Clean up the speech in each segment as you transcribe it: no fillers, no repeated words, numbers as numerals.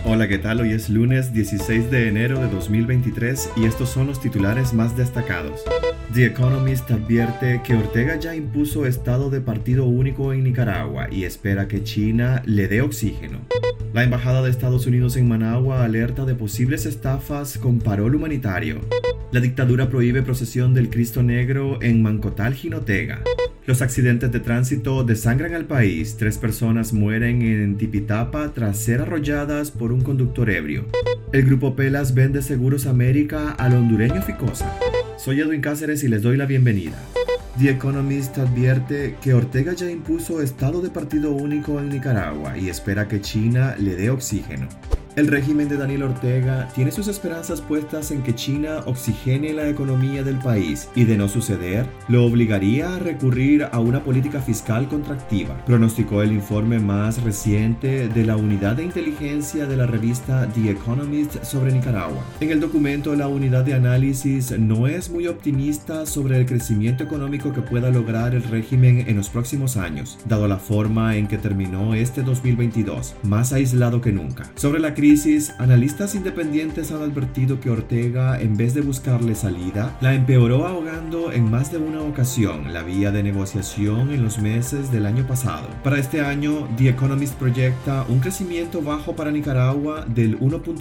Hola, ¿qué tal? Hoy es lunes 16 de enero de 2023 y estos son los titulares más destacados. The Economist advierte que Ortega ya impuso estado de partido único en Nicaragua y espera que China le dé oxígeno. La Embajada de Estados Unidos en Managua alerta de posibles estafas con parol humanitario. La dictadura prohíbe procesión del Cristo Negro en Mancotal, Jinotega. Los accidentes de tránsito desangran al país. 3 personas mueren en Tipitapa tras ser arrolladas por un conductor ebrio. El Grupo Pelas vende Seguros América al hondureño Ficosa. Soy Edwin Cáceres y les doy la bienvenida. The Economist advierte que Ortega ya impuso estado de partido único en Nicaragua y espera que China le dé oxígeno. El régimen de Daniel Ortega tiene sus esperanzas puestas en que China oxigene la economía del país y, de no suceder, lo obligaría a recurrir a una política fiscal contractiva, pronosticó el informe más reciente de la unidad de inteligencia de la revista The Economist sobre Nicaragua. En el documento, la unidad de análisis no es muy optimista sobre el crecimiento económico que pueda lograr el régimen en los próximos años, dado la forma en que terminó este 2022, más aislado que nunca. Sobre la crisis, analistas independientes han advertido que Ortega, en vez de buscarle salida, la empeoró ahogando en más de una ocasión la vía de negociación en los meses del año pasado. Para este año, The Economist proyecta un crecimiento bajo para Nicaragua del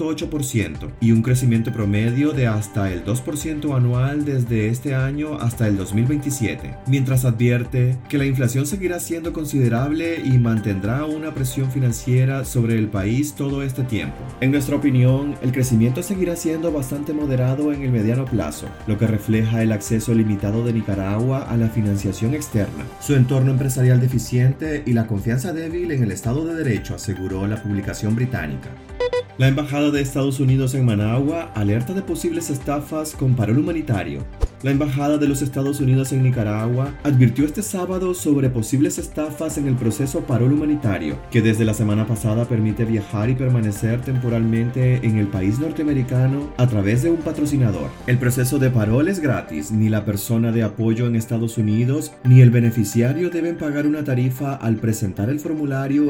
1.8% y un crecimiento promedio de hasta el 2% anual desde este año hasta el 2027, mientras advierte que la inflación seguirá siendo considerable y mantendrá una presión financiera sobre el país todo este tiempo. En nuestra opinión, el crecimiento seguirá siendo bastante moderado en el mediano plazo, lo que refleja el acceso limitado de Nicaragua a la financiación externa, su entorno empresarial deficiente y la confianza débil en el Estado de Derecho, aseguró la publicación británica. La Embajada de Estados Unidos en Managua alerta de posibles estafas con parol humanitario. La Embajada de los Estados Unidos en Nicaragua advirtió este sábado sobre posibles estafas en el proceso parol humanitario, que desde la semana pasada permite viajar y permanecer temporalmente en el país norteamericano a través de un patrocinador. El proceso de parol es gratis, ni la persona de apoyo en Estados Unidos ni el beneficiario deben pagar una tarifa al presentar el formulario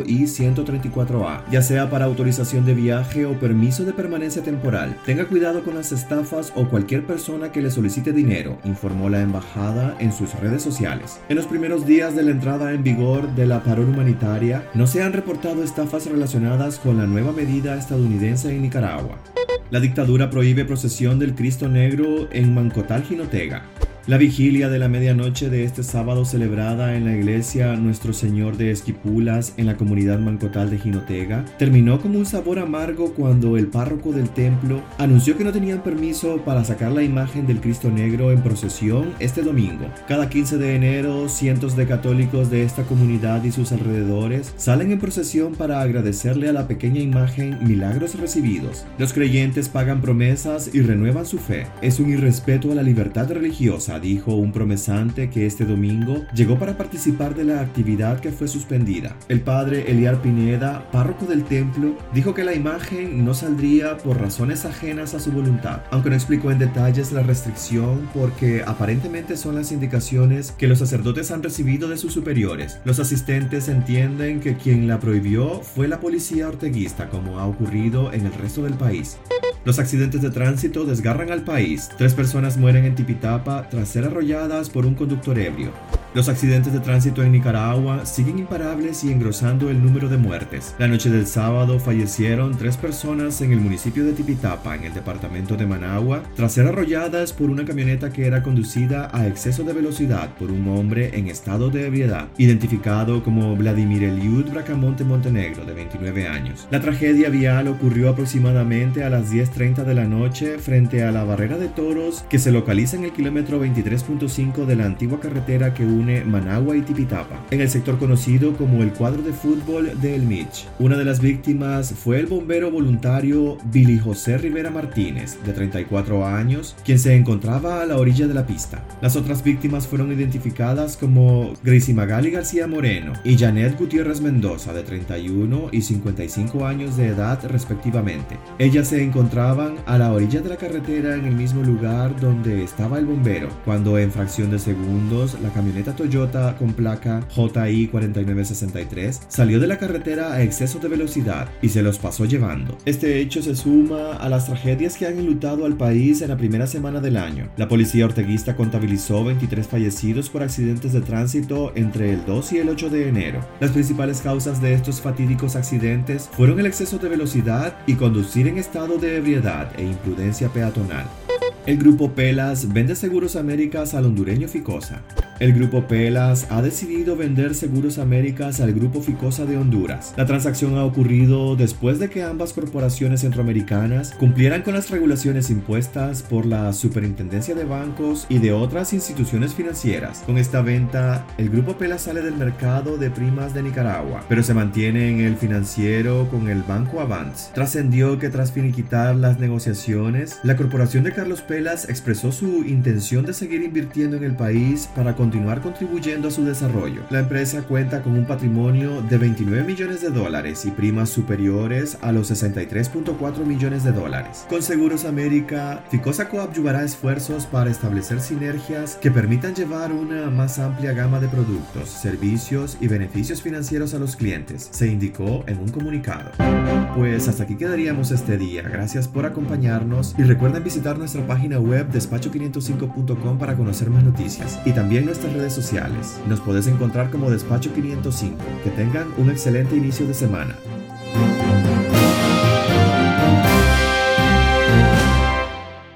I-134A, ya sea para autorización de viaje o permiso de permanencia temporal. Tenga cuidado con las estafas o cualquier persona que le solicite dinero, informó la embajada en sus redes sociales. En los primeros días de la entrada en vigor de la parol humanitaria, no se han reportado estafas relacionadas con la nueva medida estadounidense en Nicaragua. La dictadura prohíbe procesión del Cristo Negro en Mancotal, Jinotega. La vigilia de la medianoche de este sábado, celebrada en la iglesia Nuestro Señor de Esquipulas en la comunidad Mancotal de Jinotega, terminó como un sabor amargo cuando el párroco del templo anunció que no tenían permiso para sacar la imagen del Cristo Negro en procesión este domingo. Cada 15 de enero, cientos de católicos de esta comunidad y sus alrededores salen en procesión para agradecerle a la pequeña imagen milagros recibidos. Los creyentes pagan promesas y renuevan su fe. Es un irrespeto a la libertad religiosa, dijo un promesante que este domingo llegó para participar de la actividad que fue suspendida. El padre Eliar Pineda, párroco del templo, dijo que la imagen no saldría por razones ajenas a su voluntad, aunque no explicó en detalles la restricción porque aparentemente son las indicaciones que los sacerdotes han recibido de sus superiores. Los asistentes entienden que quien la prohibió fue la policía orteguista, como ha ocurrido en el resto del país. Los accidentes de tránsito desgarran al país. 3 personas mueren en Tipitapa tras ser arrolladas por un conductor ebrio. Los accidentes de tránsito en Nicaragua siguen imparables y engrosando el número de muertes. La noche del sábado fallecieron 3 personas en el municipio de Tipitapa, en el departamento de Managua, tras ser arrolladas por una camioneta que era conducida a exceso de velocidad por un hombre en estado de ebriedad, identificado como Vladimir Eliud Bracamonte Montenegro, de 29 años. La tragedia vial ocurrió aproximadamente a las 10:30 de la noche frente a la barrera de toros que se localiza en el kilómetro 23.5 de la antigua carretera que une Managua y Tipitapa, en el sector conocido como el cuadro de fútbol de El Mich. Una de las víctimas fue el bombero voluntario Billy José Rivera Martínez, de 34 años, quien se encontraba a la orilla de la pista. Las otras víctimas fueron identificadas como Gracie Magali García Moreno y Janet Gutiérrez Mendoza, de 31 y 55 años de edad respectivamente. Ellas se encontraban a la orilla de la carretera en el mismo lugar donde estaba el bombero, cuando en fracción de segundos la camioneta Toyota con placa JI 4963 salió de la carretera a exceso de velocidad y se los pasó llevando. Este hecho se suma a las tragedias que han enlutado al país en la primera semana del año. La policía orteguista contabilizó 23 fallecidos por accidentes de tránsito entre el 2 y el 8 de enero. Las principales causas de estos fatídicos accidentes fueron el exceso de velocidad y conducir en estado de ebriedad e imprudencia peatonal. El Grupo Pelas vende Seguros Américas al hondureño Ficosa. El Grupo Pelas ha decidido vender Seguros Américas al Grupo Ficosa de Honduras. La transacción ha ocurrido después de que ambas corporaciones centroamericanas cumplieran con las regulaciones impuestas por la Superintendencia de Bancos y de otras instituciones financieras. Con esta venta, el Grupo Pelas sale del mercado de primas de Nicaragua, pero se mantiene en el financiero con el Banco Avance. Trascendió que tras finiquitar las negociaciones, la corporación de Carlos Pelas expresó su intención de seguir invirtiendo en el país para continuar contribuyendo a su desarrollo. La empresa cuenta con un patrimonio de $29 millones y primas superiores a los $63.4 millones. Con Seguros América, Ficosa coadyuvará esfuerzos para establecer sinergias que permitan llevar una más amplia gama de productos, servicios y beneficios financieros a los clientes, se indicó en un comunicado. Pues hasta aquí quedaríamos este día. Gracias por acompañarnos y recuerden visitar nuestra página web despacho505.com para conocer más noticias y también nuestras redes sociales. Nos puedes encontrar como Despacho 505. Que tengan un excelente inicio de semana.